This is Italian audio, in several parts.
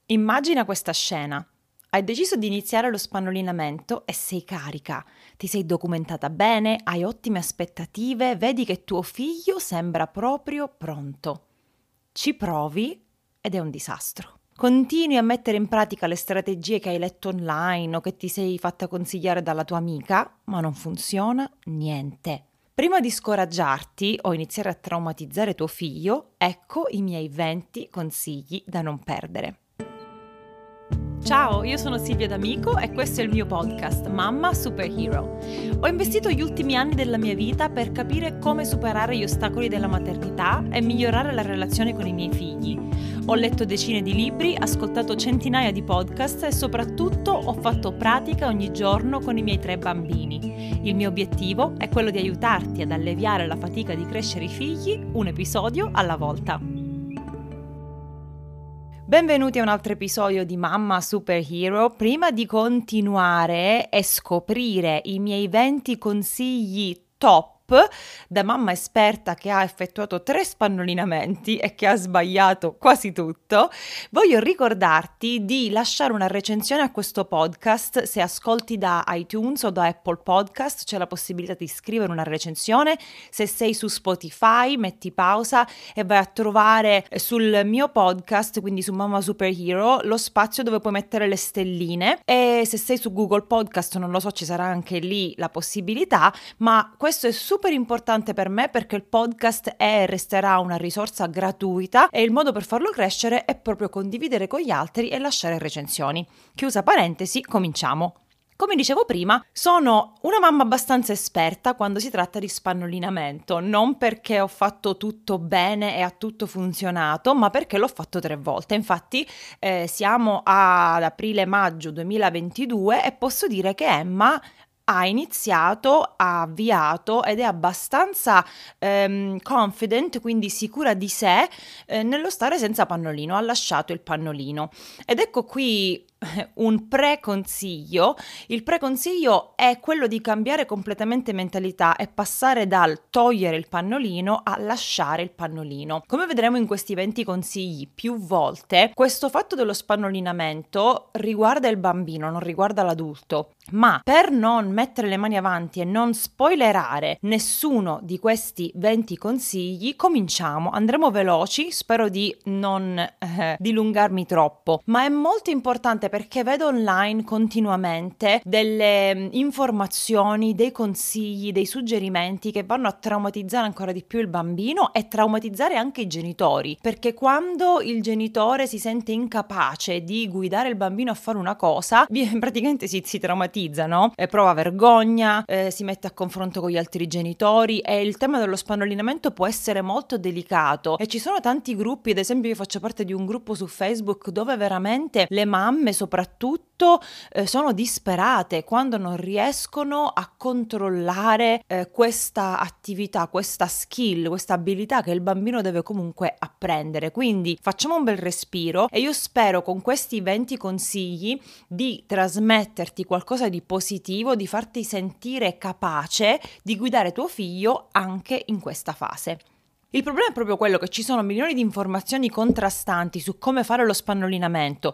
Immagina questa scena. Hai deciso di iniziare lo spannolinamento e sei carica. Ti sei documentata bene, hai ottime aspettative, vedi che tuo figlio sembra proprio pronto. Ci provi ed è un disastro. Continui a mettere in pratica le strategie che hai letto online o che ti sei fatta consigliare dalla tua amica, ma non funziona niente. Prima di scoraggiarti o iniziare a traumatizzare tuo figlio, ecco i miei 20 consigli da non perdere. Ciao, io sono Silvia D'Amico e questo è il mio podcast Mamma Superhero. Ho investito gli ultimi anni della mia vita per capire come superare gli ostacoli della maternità e migliorare la relazione con i miei figli. Ho letto decine di libri, ascoltato centinaia di podcast e soprattutto ho fatto pratica ogni giorno con i miei 3 bambini. Il mio obiettivo è quello di aiutarti ad alleviare la fatica di crescere i figli un episodio alla volta. Benvenuti a un altro episodio di Mamma Superhero. Prima di continuare e scoprire i miei 20 consigli top da mamma esperta che ha effettuato 3 spannolinamenti e che ha sbagliato quasi tutto, voglio ricordarti di lasciare una recensione a questo podcast. Se ascolti da iTunes o da Apple Podcast c'è la possibilità di scrivere una recensione. Se sei su Spotify metti pausa e vai a trovare sul mio podcast, quindi su Mamma Superhero, lo spazio dove puoi mettere le stelline, e se sei su Google Podcast non lo so, ci sarà anche lì la possibilità, ma questo è super importante per me perché il podcast è e resterà una risorsa gratuita e il modo per farlo crescere è proprio condividere con gli altri e lasciare recensioni. Chiusa parentesi, cominciamo. Come dicevo prima, sono una mamma abbastanza esperta quando si tratta di spannolinamento, non perché ho fatto tutto bene e ha tutto funzionato, ma perché l'ho fatto 3 volte. Infatti siamo ad aprile-maggio 2022 e posso dire che Emma ha iniziato, ha avviato ed è abbastanza confident, quindi sicura di sé nello stare senza pannolino, ha lasciato il pannolino. Ed ecco qui un pre-consiglio. Il pre-consiglio è quello di cambiare completamente mentalità e passare dal togliere il pannolino a lasciare il pannolino. Come vedremo in questi 20 consigli più volte, questo fatto dello spannolinamento riguarda il bambino, non riguarda l'adulto. Ma per non mettere le mani avanti e non spoilerare nessuno di questi 20 consigli, cominciamo. Andremo veloci, spero di non dilungarmi troppo, ma è molto importante perché vedo online continuamente delle informazioni, dei consigli, dei suggerimenti che vanno a traumatizzare ancora di più il bambino e traumatizzare anche i genitori, perché quando il genitore si sente incapace di guidare il bambino a fare una cosa, praticamente si traumatizza, no? Prova vergogna, si mette a confronto con gli altri genitori e il tema dello spannolinamento può essere molto delicato e ci sono tanti gruppi. Ad esempio io faccio parte di un gruppo su Facebook dove veramente le mamme soprattutto sono disperate quando non riescono a controllare questa attività, questa skill, questa abilità che il bambino deve comunque apprendere. Quindi facciamo un bel respiro e io spero con questi 20 consigli di trasmetterti qualcosa di positivo, di farti sentire capace di guidare tuo figlio anche in questa fase. Il problema è proprio quello che ci sono milioni di informazioni contrastanti su come fare lo spannolinamento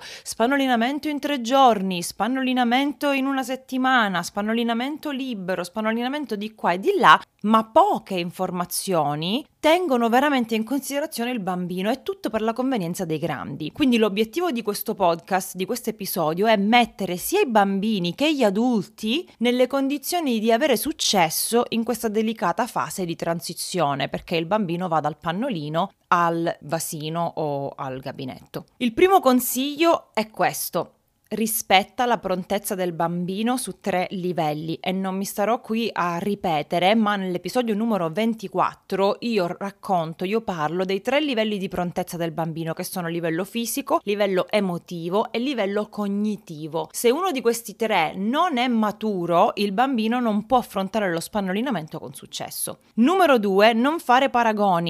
in 3 giorni, spannolinamento in 1 settimana, spannolinamento libero, spannolinamento di qua e di là, ma poche informazioni tengono veramente in considerazione il bambino, è tutto per la convenienza dei grandi. Quindi l'obiettivo di questo podcast, di questo episodio, è mettere sia i bambini che gli adulti nelle condizioni di avere successo in questa delicata fase di transizione, perché il bambino va dal pannolino al vasino o al gabinetto. Il primo consiglio è questo: rispetta la prontezza del bambino su 3 livelli e non mi starò qui a ripetere, ma nell'episodio numero 24 io parlo dei 3 livelli di prontezza del bambino, che sono livello fisico, livello emotivo e livello cognitivo. Se uno di questi 3 non è maturo, il bambino non può affrontare lo spannolinamento con successo. Numero 2, non fare paragoni.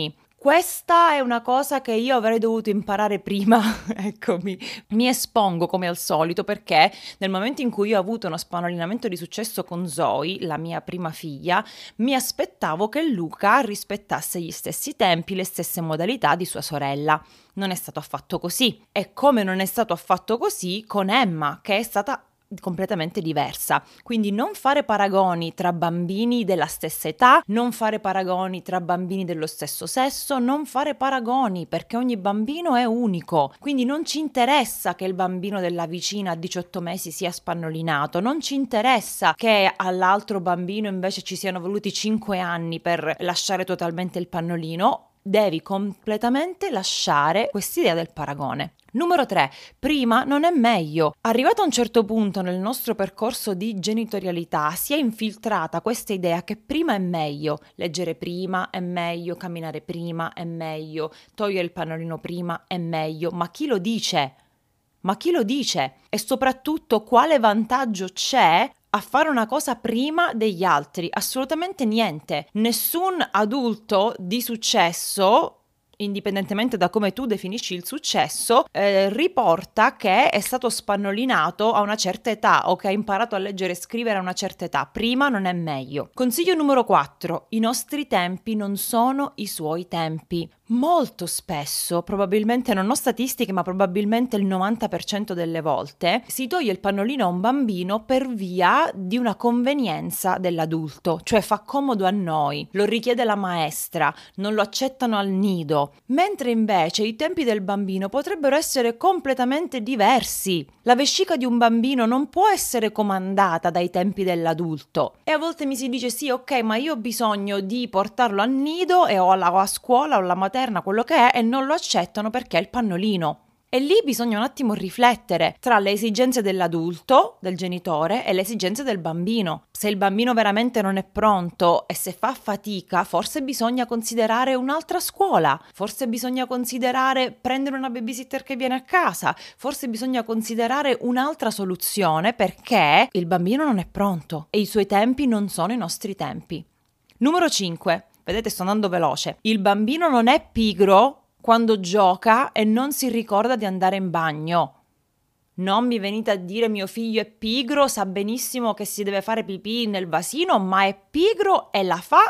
Questa è una cosa che io avrei dovuto imparare prima. Eccomi, mi espongo come al solito perché nel momento in cui io ho avuto uno spannolinamento di successo con Zoe, la mia prima figlia, mi aspettavo che Luca rispettasse gli stessi tempi, le stesse modalità di sua sorella. Non è stato affatto così. E come non è stato affatto così con Emma, che è stata completamente diversa. Quindi non fare paragoni tra bambini della stessa età, non fare paragoni tra bambini dello stesso sesso, non fare paragoni perché ogni bambino è unico. Quindi non ci interessa che il bambino della vicina a 18 mesi sia spannolinato, non ci interessa che all'altro bambino invece ci siano voluti 5 anni per lasciare totalmente il pannolino. Devi completamente lasciare quest'idea del paragone. Numero 3. Prima non è meglio. Arrivato a un certo punto nel nostro percorso di genitorialità si è infiltrata questa idea che prima è meglio. Leggere prima è meglio, camminare prima è meglio, togliere il pannolino prima è meglio. Ma chi lo dice? Ma chi lo dice? E soprattutto quale vantaggio c'è a fare una cosa prima degli altri? Assolutamente niente. Nessun adulto di successo, indipendentemente da come tu definisci il successo, riporta che è stato spannolinato a una certa età o che ha imparato a leggere e scrivere a una certa età. Prima non è meglio. Consiglio numero 4. I nostri tempi non sono i suoi tempi. Molto spesso, probabilmente non ho statistiche, ma probabilmente il 90% delle volte, si toglie il pannolino a un bambino per via di una convenienza dell'adulto, cioè fa comodo a noi, lo richiede la maestra, non lo accettano al nido, mentre invece i tempi del bambino potrebbero essere completamente diversi. La vescica di un bambino non può essere comandata dai tempi dell'adulto. E a volte mi si dice sì, ok, ma io ho bisogno di portarlo al nido o a scuola o alla materna, quello che è, e non lo accettano perché è il pannolino. E lì bisogna un attimo riflettere tra le esigenze dell'adulto, del genitore, e le esigenze del bambino. Se il bambino veramente non è pronto e se fa fatica, forse bisogna considerare un'altra scuola, forse bisogna considerare prendere una babysitter che viene a casa, forse bisogna considerare un'altra soluzione perché il bambino non è pronto e i suoi tempi non sono i nostri tempi. Numero 5. Vedete, sto andando veloce. Il bambino non è pigro quando gioca e non si ricorda di andare in bagno. Non mi venite a dire mio figlio è pigro, sa benissimo che si deve fare pipì nel vasino, ma è pigro e la fa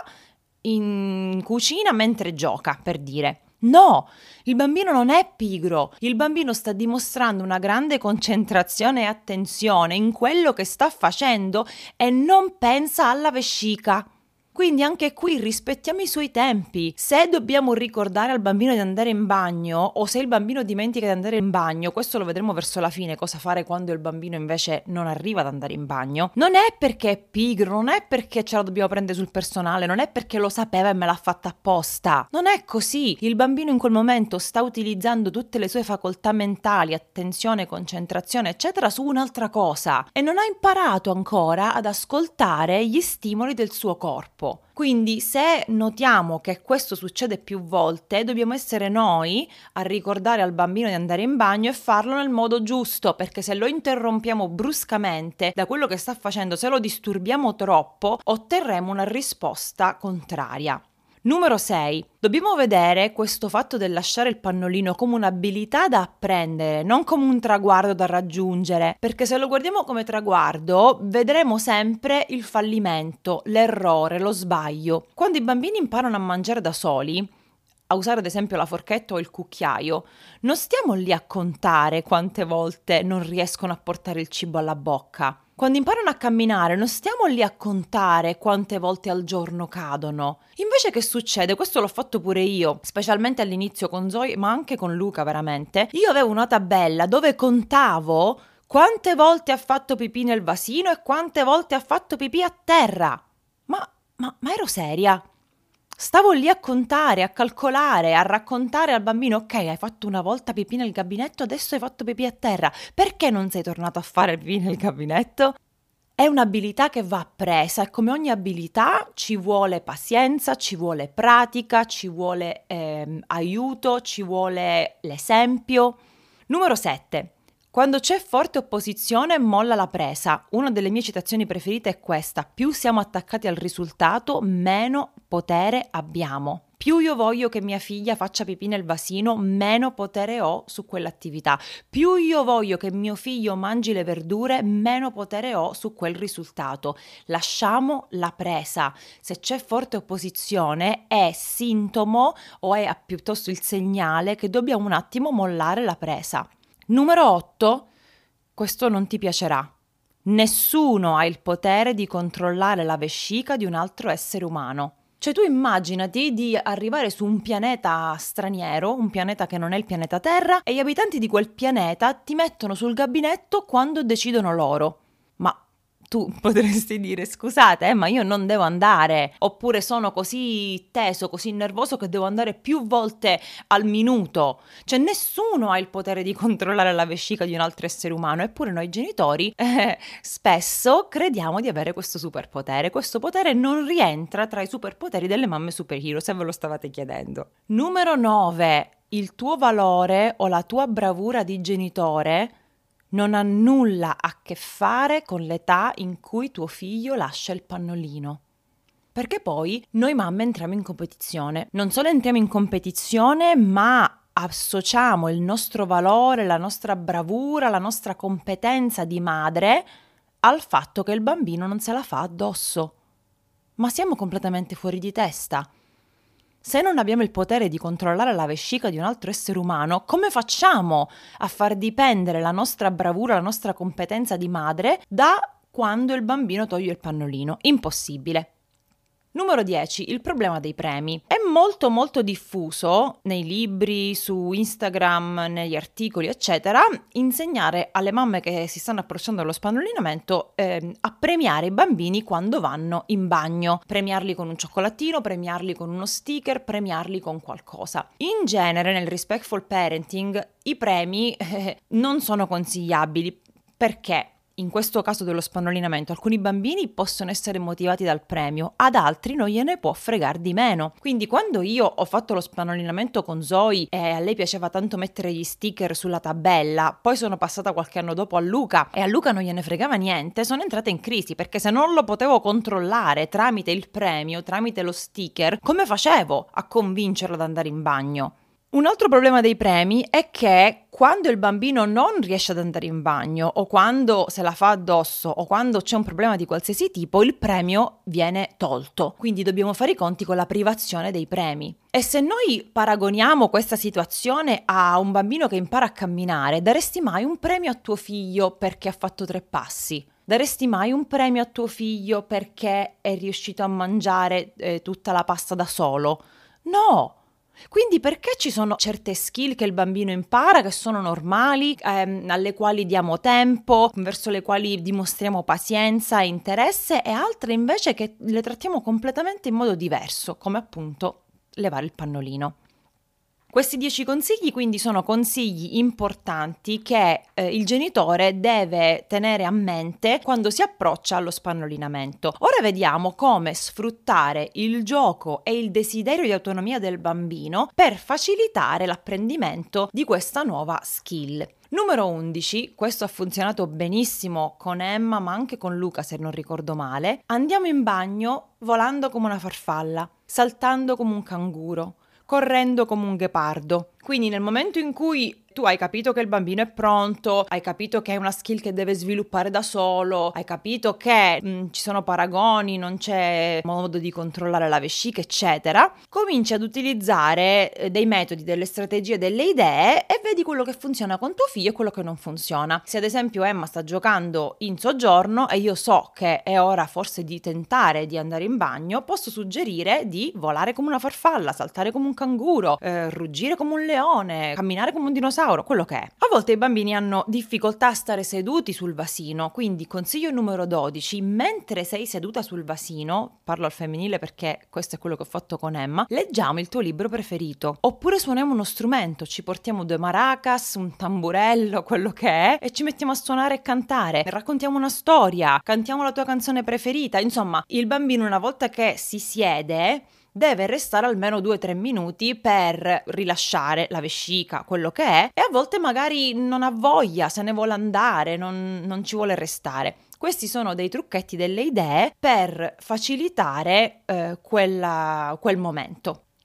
in cucina mentre gioca, per dire. No, il bambino non è pigro, il bambino sta dimostrando una grande concentrazione e attenzione in quello che sta facendo e non pensa alla vescica. Quindi anche qui rispettiamo i suoi tempi. Se dobbiamo ricordare al bambino di andare in bagno o se il bambino dimentica di andare in bagno, questo lo vedremo verso la fine, cosa fare quando il bambino invece non arriva ad andare in bagno. Non è perché è pigro, non è perché ce la dobbiamo prendere sul personale, non è perché lo sapeva e me l'ha fatta apposta. Non è così. Il bambino in quel momento sta utilizzando tutte le sue facoltà mentali, attenzione, concentrazione, eccetera, su un'altra cosa e non ha imparato ancora ad ascoltare gli stimoli del suo corpo. Quindi se notiamo che questo succede più volte, dobbiamo essere noi a ricordare al bambino di andare in bagno e farlo nel modo giusto, perché se lo interrompiamo bruscamente da quello che sta facendo, se lo disturbiamo troppo, otterremo una risposta contraria. Numero 6. Dobbiamo vedere questo fatto del lasciare il pannolino come un'abilità da apprendere, non come un traguardo da raggiungere, perché se lo guardiamo come traguardo, vedremo sempre il fallimento, l'errore, lo sbaglio. Quando i bambini imparano a mangiare da soli, a usare ad esempio la forchetta o il cucchiaio, non stiamo lì a contare quante volte non riescono a portare il cibo alla bocca. Quando imparano a camminare non stiamo lì a contare quante volte al giorno cadono. Invece che succede? Questo l'ho fatto pure io, specialmente all'inizio con Zoe, ma anche con Luca veramente. Io avevo una tabella dove contavo quante volte ha fatto pipì nel vasino e quante volte ha fatto pipì a terra. Ma ero seria. Stavo lì a contare, a calcolare, a raccontare al bambino: ok, hai fatto una volta pipì nel gabinetto, adesso hai fatto pipì a terra. Perché non sei tornato a fare pipì nel gabinetto? È un'abilità che va appresa e come ogni abilità ci vuole pazienza, ci vuole pratica, ci vuole aiuto, ci vuole l'esempio. Numero 7. Quando c'è forte opposizione, molla la presa. Una delle mie citazioni preferite è questa: più siamo attaccati al risultato, meno potere abbiamo. Più io voglio che mia figlia faccia pipì nel vasino, meno potere ho su quell'attività. Più io voglio che mio figlio mangi le verdure, meno potere ho su quel risultato. Lasciamo la presa. Se c'è forte opposizione è sintomo o è piuttosto il segnale che dobbiamo un attimo mollare la presa. Numero 8. Questo non ti piacerà. Nessuno ha il potere di controllare la vescica di un altro essere umano. Cioè tu immaginati di arrivare su un pianeta straniero, un pianeta che non è il pianeta Terra, e gli abitanti di quel pianeta ti mettono sul gabinetto quando decidono loro. Ma tu potresti dire, scusate, ma io non devo andare, oppure sono così teso, così nervoso che devo andare più volte al minuto. Cioè nessuno ha il potere di controllare la vescica di un altro essere umano, eppure noi genitori spesso crediamo di avere questo superpotere. Questo potere non rientra tra i superpoteri delle mamme superhero, se ve lo stavate chiedendo. Numero 9. Il tuo valore o la tua bravura di genitore non ha nulla a che fare con l'età in cui tuo figlio lascia il pannolino. Perché poi noi mamme entriamo in competizione. Non solo entriamo in competizione, ma associamo il nostro valore, la nostra bravura, la nostra competenza di madre al fatto che il bambino non se la fa addosso. Ma siamo completamente fuori di testa. Se non abbiamo il potere di controllare la vescica di un altro essere umano, come facciamo a far dipendere la nostra bravura, la nostra competenza di madre da quando il bambino toglie il pannolino? Impossibile. Numero 10. Il problema dei premi. È molto molto diffuso nei libri, su Instagram, negli articoli, eccetera, insegnare alle mamme che si stanno approcciando allo spannolinamento a premiare i bambini quando vanno in bagno. Premiarli con un cioccolatino, premiarli con uno sticker, premiarli con qualcosa. In genere, nel respectful parenting, i premi non sono consigliabili. Perché? In questo caso dello spannolinamento, alcuni bambini possono essere motivati dal premio, ad altri non gliene può fregar di meno. Quindi quando io ho fatto lo spannolinamento con Zoe e a lei piaceva tanto mettere gli sticker sulla tabella, poi sono passata qualche anno dopo a Luca e a Luca non gliene fregava niente, sono entrata in crisi perché se non lo potevo controllare tramite il premio, tramite lo sticker, come facevo a convincerlo ad andare in bagno? Un altro problema dei premi è che quando il bambino non riesce ad andare in bagno o quando se la fa addosso o quando c'è un problema di qualsiasi tipo, il premio viene tolto. Quindi dobbiamo fare i conti con la privazione dei premi. E se noi paragoniamo questa situazione a un bambino che impara a camminare, daresti mai un premio a tuo figlio perché ha fatto 3 passi? Daresti mai un premio a tuo figlio perché è riuscito a mangiare tutta la pasta da solo? No! Quindi perché ci sono certe skill che il bambino impara, che sono normali, alle quali diamo tempo, verso le quali dimostriamo pazienza e interesse, e altre invece che le trattiamo completamente in modo diverso, come appunto levare il pannolino. Questi 10 consigli quindi sono consigli importanti che il genitore deve tenere a mente quando si approccia allo spannolinamento. Ora vediamo come sfruttare il gioco e il desiderio di autonomia del bambino per facilitare l'apprendimento di questa nuova skill. Numero 11, questo ha funzionato benissimo con Emma ma anche con Luca se non ricordo male. Andiamo in bagno volando come una farfalla, saltando come un canguro, correndo come un ghepardo. Quindi nel momento in cui tu hai capito che il bambino è pronto, hai capito che è una skill che deve sviluppare da solo, hai capito che ci sono paragoni, non c'è modo di controllare la vescica, eccetera, cominci ad utilizzare dei metodi, delle strategie, delle idee e vedi quello che funziona con tuo figlio e quello che non funziona. Se ad esempio Emma sta giocando in soggiorno e io so che è ora forse di tentare di andare in bagno, posso suggerire di volare come una farfalla, saltare come un canguro, ruggire come un leone, camminare come un dinosauro, quello che è. A volte i bambini hanno difficoltà a stare seduti sul vasino, quindi consiglio numero 12, mentre sei seduta sul vasino, parlo al femminile perché questo è quello che ho fatto con Emma, leggiamo il tuo libro preferito, oppure suoniamo uno strumento, ci portiamo 2 maracas, un tamburello, quello che è, e ci mettiamo a suonare e cantare, raccontiamo una storia, cantiamo la tua canzone preferita, insomma, il bambino una volta che si siede deve restare almeno 2-3 minuti per rilasciare la vescica, quello che è, e a volte magari non ha voglia, se ne vuole andare, non ci vuole restare. Questi sono dei trucchetti, delle idee per facilitare quel momento.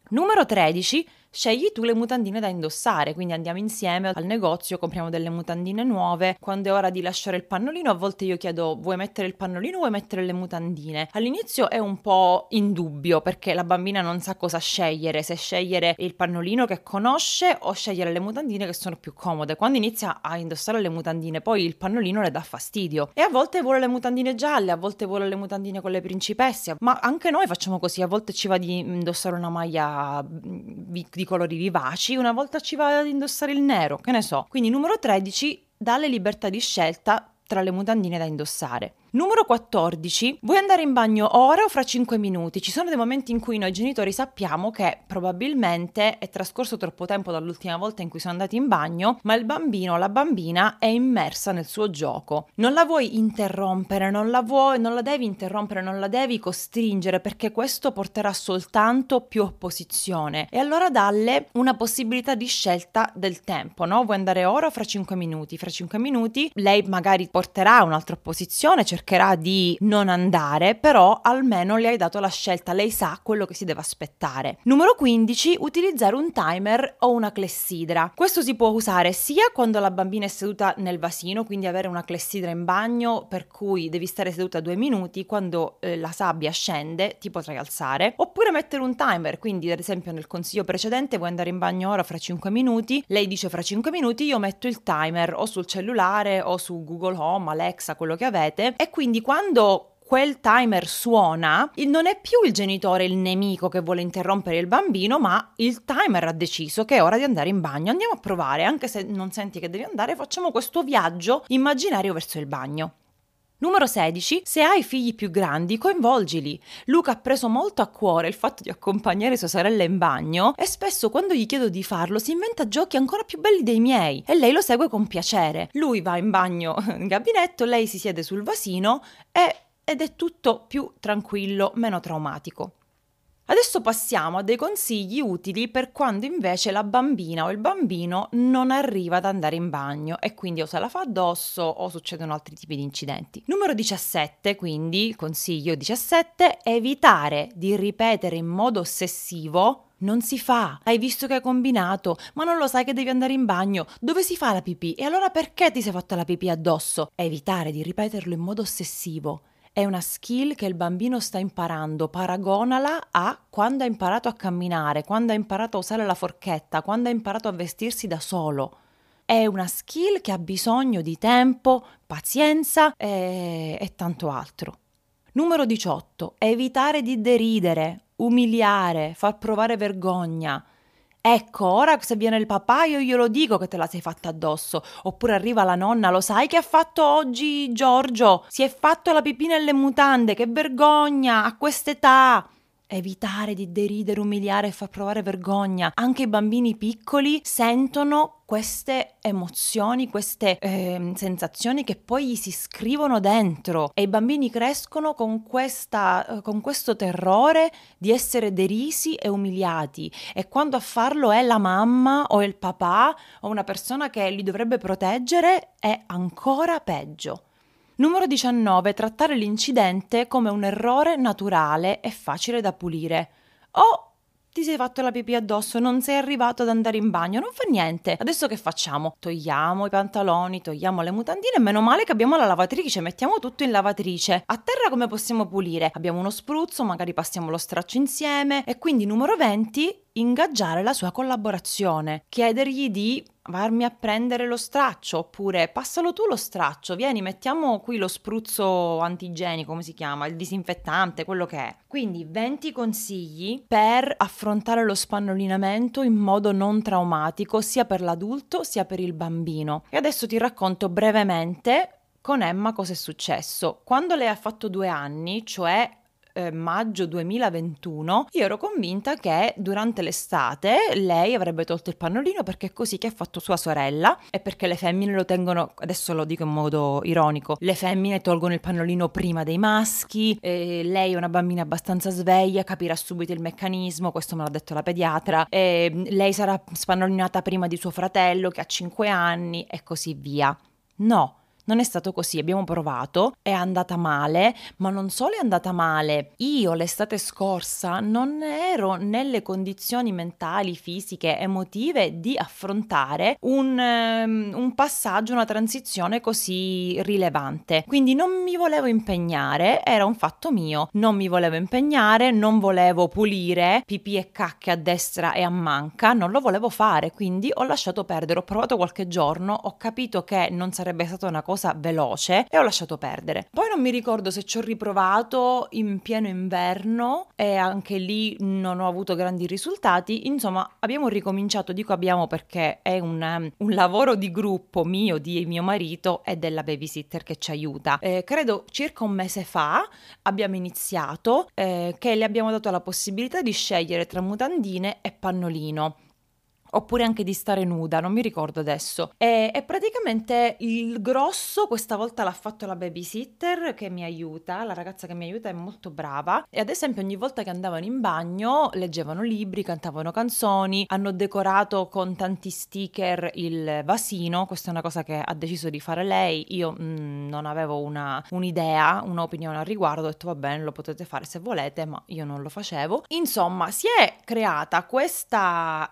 Numero 13. Scegli tu le mutandine da indossare, quindi andiamo insieme al negozio, compriamo delle mutandine nuove. Quando è ora di lasciare il pannolino, a volte io chiedo: vuoi mettere il pannolino o vuoi mettere le mutandine? All'inizio è un po' in dubbio perché la bambina non sa cosa scegliere, se scegliere il pannolino che conosce o scegliere le mutandine che sono più comode. Quando inizia a indossare le mutandine, poi il pannolino le dà fastidio e a volte vuole le mutandine gialle, a volte vuole le mutandine con le principesse, ma anche noi facciamo così, a volte ci va di indossare una maglia di colori vivaci, una volta ci va ad indossare il nero, che ne so. Quindi numero 13, dalle libertà di scelta tra le mutandine da indossare. Numero 14. Vuoi andare in bagno ora o fra 5 minuti? Ci sono dei momenti in cui noi genitori sappiamo che probabilmente è trascorso troppo tempo dall'ultima volta in cui sono andati in bagno, ma il bambino o la bambina è immersa nel suo gioco. Non la vuoi interrompere, non la devi interrompere, non la devi costringere, perché questo porterà soltanto più opposizione. E allora dalle una possibilità di scelta del tempo, no? Vuoi andare ora o fra 5 minuti? Fra 5 minuti lei magari porterà un'altra opposizione, cercherà di non andare, però almeno le hai dato la scelta, lei sa quello che si deve aspettare. Numero 15, utilizzare un timer o una clessidra. Questo si può usare sia quando la bambina è seduta nel vasino, quindi avere una clessidra in bagno per cui devi stare seduta 2 minuti, quando la sabbia scende ti potrai alzare, oppure mettere un timer, quindi ad esempio nel consiglio precedente vuoi andare in bagno ora fra 5 minuti, lei dice fra 5 minuti, io metto il timer o sul cellulare o su Google Home, Alexa, quello che avete, e quindi quando quel timer suona, non è più il genitore il nemico che vuole interrompere il bambino, ma il timer ha deciso che è ora di andare in bagno. Andiamo a provare, anche se non senti che devi andare, facciamo questo viaggio immaginario verso il bagno. Numero 16. Se hai figli più grandi, coinvolgili. Luca ha preso molto a cuore il fatto di accompagnare sua sorella in bagno e spesso quando gli chiedo di farlo si inventa giochi ancora più belli dei miei e lei lo segue con piacere. Lui va in bagno in gabinetto, lei si siede sul vasino ed è tutto più tranquillo, meno traumatico. Adesso passiamo a dei consigli utili per quando invece la bambina o il bambino non arriva ad andare in bagno e quindi o se la fa addosso o succedono altri tipi di incidenti. Numero 17, quindi consiglio 17, evitare di ripetere in modo ossessivo: non si fa, hai visto che hai combinato, ma non lo sai che devi andare in bagno, dove si fa la pipì? E allora perché ti sei fatta la pipì addosso? Evitare di ripeterlo in modo ossessivo. È una skill che il bambino sta imparando, paragonala a quando ha imparato a camminare, quando ha imparato a usare la forchetta, quando ha imparato a vestirsi da solo. È una skill che ha bisogno di tempo, pazienza e tanto altro. Numero 18. Evitare di deridere, umiliare, far provare vergogna. Ecco, ora se viene il papà io glielo dico che te la sei fatta addosso. Oppure arriva la nonna: lo sai che ha fatto oggi Giorgio? Si è fatto la pipì nelle mutande, che vergogna, a quest'età. Evitare di deridere, umiliare e far provare vergogna. Anche i bambini piccoli sentono queste emozioni, queste sensazioni che poi gli si scrivono dentro e i bambini crescono con questo terrore di essere derisi e umiliati, e quando a farlo è la mamma o il papà o una persona che li dovrebbe proteggere è ancora peggio. Numero 19. Trattare l'incidente come un errore naturale e facile da pulire. Ti sei fatto la pipì addosso, non sei arrivato ad andare in bagno, non fa niente. Adesso che facciamo? Togliamo i pantaloni, togliamo le mutandine, meno male che abbiamo la lavatrice, mettiamo tutto in lavatrice. A terra come possiamo pulire? Abbiamo uno spruzzo, magari passiamo lo straccio insieme. E quindi numero 20, ingaggiare la sua collaborazione. Chiedergli di farmi a prendere lo straccio, oppure passalo tu lo straccio, vieni, mettiamo qui lo spruzzo antigenico, come si chiama, il disinfettante, quello che è. Quindi 20 consigli per affrontare lo spannolinamento in modo non traumatico, sia per l'adulto sia per il bambino. E adesso ti racconto brevemente con Emma cosa è successo. Quando lei ha fatto 2 anni, cioè maggio 2021, io ero convinta che durante l'estate lei avrebbe tolto il pannolino, perché è così che ha fatto sua sorella e perché le femmine lo tengono, adesso lo dico in modo ironico, le femmine tolgono il pannolino prima dei maschi, lei è una bambina abbastanza sveglia, capirà subito il meccanismo, questo me l'ha detto la pediatra, lei sarà spannolinata prima di suo fratello che ha 5 anni e così via. No, Non è stato così, abbiamo provato, è andata male, ma non solo è andata male, io l'estate scorsa non ero nelle condizioni mentali, fisiche, emotive di affrontare un passaggio, una transizione così rilevante. Quindi non mi volevo impegnare, era un fatto mio, non mi volevo impegnare, non volevo pulire pipì e cacche a destra e a manca, non lo volevo fare, quindi ho lasciato perdere, ho provato qualche giorno, ho capito che non sarebbe stata una cosa veloce e ho lasciato perdere. Poi non mi ricordo se ci ho riprovato in pieno inverno e anche lì non ho avuto grandi risultati, insomma abbiamo ricominciato, dico abbiamo perché è un lavoro di gruppo mio, di mio marito e della babysitter che ci aiuta. Credo circa un mese fa abbiamo iniziato che le abbiamo dato la possibilità di scegliere tra mutandine e pannolino. Oppure anche di stare nuda, non mi ricordo adesso. E praticamente il grosso questa volta l'ha fatto la babysitter che mi aiuta, la ragazza che mi aiuta è molto brava. E ad esempio ogni volta che andavano in bagno leggevano libri, cantavano canzoni, hanno decorato con tanti sticker il vasino, questa è una cosa che ha deciso di fare lei. Io non avevo un'idea, un'opinione al riguardo, ho detto va bene, lo potete fare se volete, ma io non lo facevo. Insomma, si è creata questa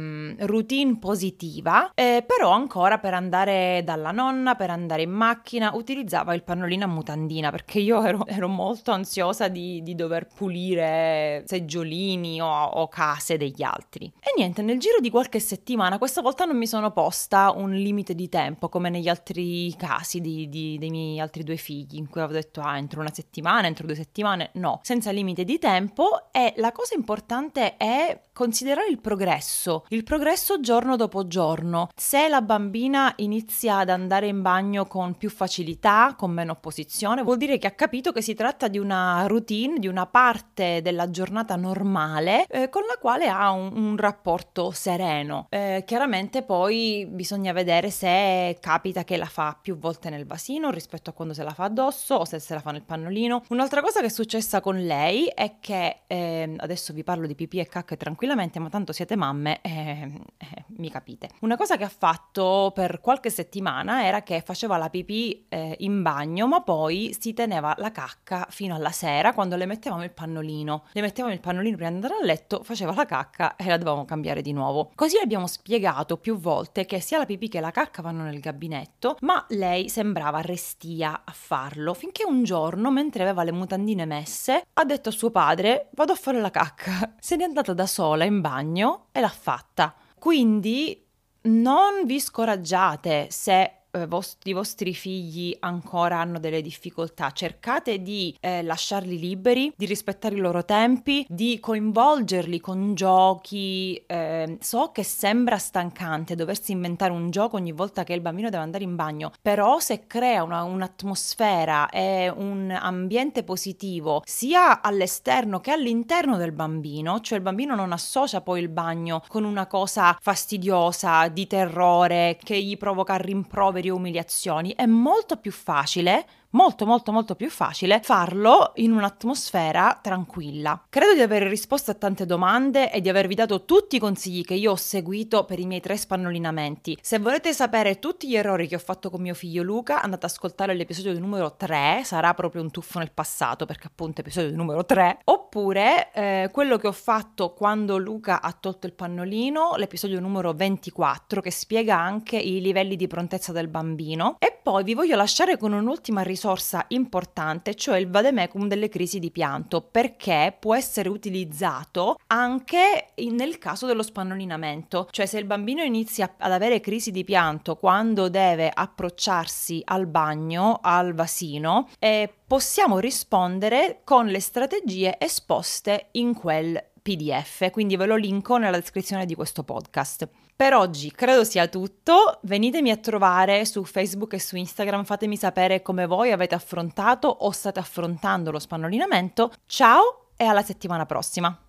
routine positiva, però ancora per andare dalla nonna, per andare in macchina, utilizzava il pannolino a mutandina perché io ero molto ansiosa di dover pulire seggiolini o case degli altri. E niente, nel giro di qualche settimana, questa volta non mi sono posta un limite di tempo come negli altri casi dei miei altri 2 figli in cui avevo detto entro una settimana, entro 2 settimane, no, senza limite di tempo. E la cosa importante è considerare il progresso giorno dopo giorno. Se la bambina inizia ad andare in bagno con più facilità, con meno opposizione, vuol dire che ha capito che si tratta di una routine, di una parte della giornata normale con la quale ha un rapporto sereno. Chiaramente poi bisogna vedere se capita che la fa più volte nel vasino rispetto a quando se la fa addosso o se la fa nel pannolino. Un'altra cosa che è successa con lei è che adesso vi parlo di pipì e cacche tranquillamente, ma tanto siete mamme mi capite. Una cosa che ha fatto per qualche settimana era che faceva la pipì in bagno, ma poi si teneva la cacca fino alla sera quando le mettevamo il pannolino. Le mettevamo il pannolino prima di andare a letto, faceva la cacca e la dovevamo cambiare di nuovo. Così le abbiamo spiegato più volte che sia la pipì che la cacca vanno nel gabinetto, ma lei sembrava restia a farlo, finché un giorno, mentre aveva le mutandine messe, ha detto a suo padre: vado a fare la cacca. Se n'è andata da sola in bagno e l'ha fatta. Quindi non vi scoraggiate se i vostri figli ancora hanno delle difficoltà, cercate di lasciarli liberi, di rispettare i loro tempi, di coinvolgerli con giochi. So che sembra stancante doversi inventare un gioco ogni volta che il bambino deve andare in bagno, però se crea un'atmosfera e un ambiente positivo sia all'esterno che all'interno del bambino, cioè il bambino non associa poi il bagno con una cosa fastidiosa, di terrore, che gli provoca rimproveri o umiliazioni, è molto più facile, molto più facile farlo in un'atmosfera tranquilla. Credo di aver risposto a tante domande e di avervi dato tutti i consigli che io ho seguito per i miei 3 spannolinamenti. Se volete sapere tutti gli errori che ho fatto con mio figlio Luca, andate ad ascoltare l'episodio numero 3, sarà proprio un tuffo nel passato perché appunto episodio numero 3, oppure quello che ho fatto quando Luca ha tolto il pannolino, l'episodio numero 24, che spiega anche i livelli di prontezza del bambino. E poi vi voglio lasciare con un'ultima risorsa importante, cioè il vademecum delle crisi di pianto, perché può essere utilizzato anche nel caso dello spannolinamento, cioè se il bambino inizia ad avere crisi di pianto quando deve approcciarsi al bagno, al vasino, possiamo rispondere con le strategie esposte in quel PDF, quindi ve lo linko nella descrizione di questo podcast. Per oggi credo sia tutto, venitemi a trovare su Facebook e su Instagram, fatemi sapere come voi avete affrontato o state affrontando lo spannolinamento. Ciao e alla settimana prossima!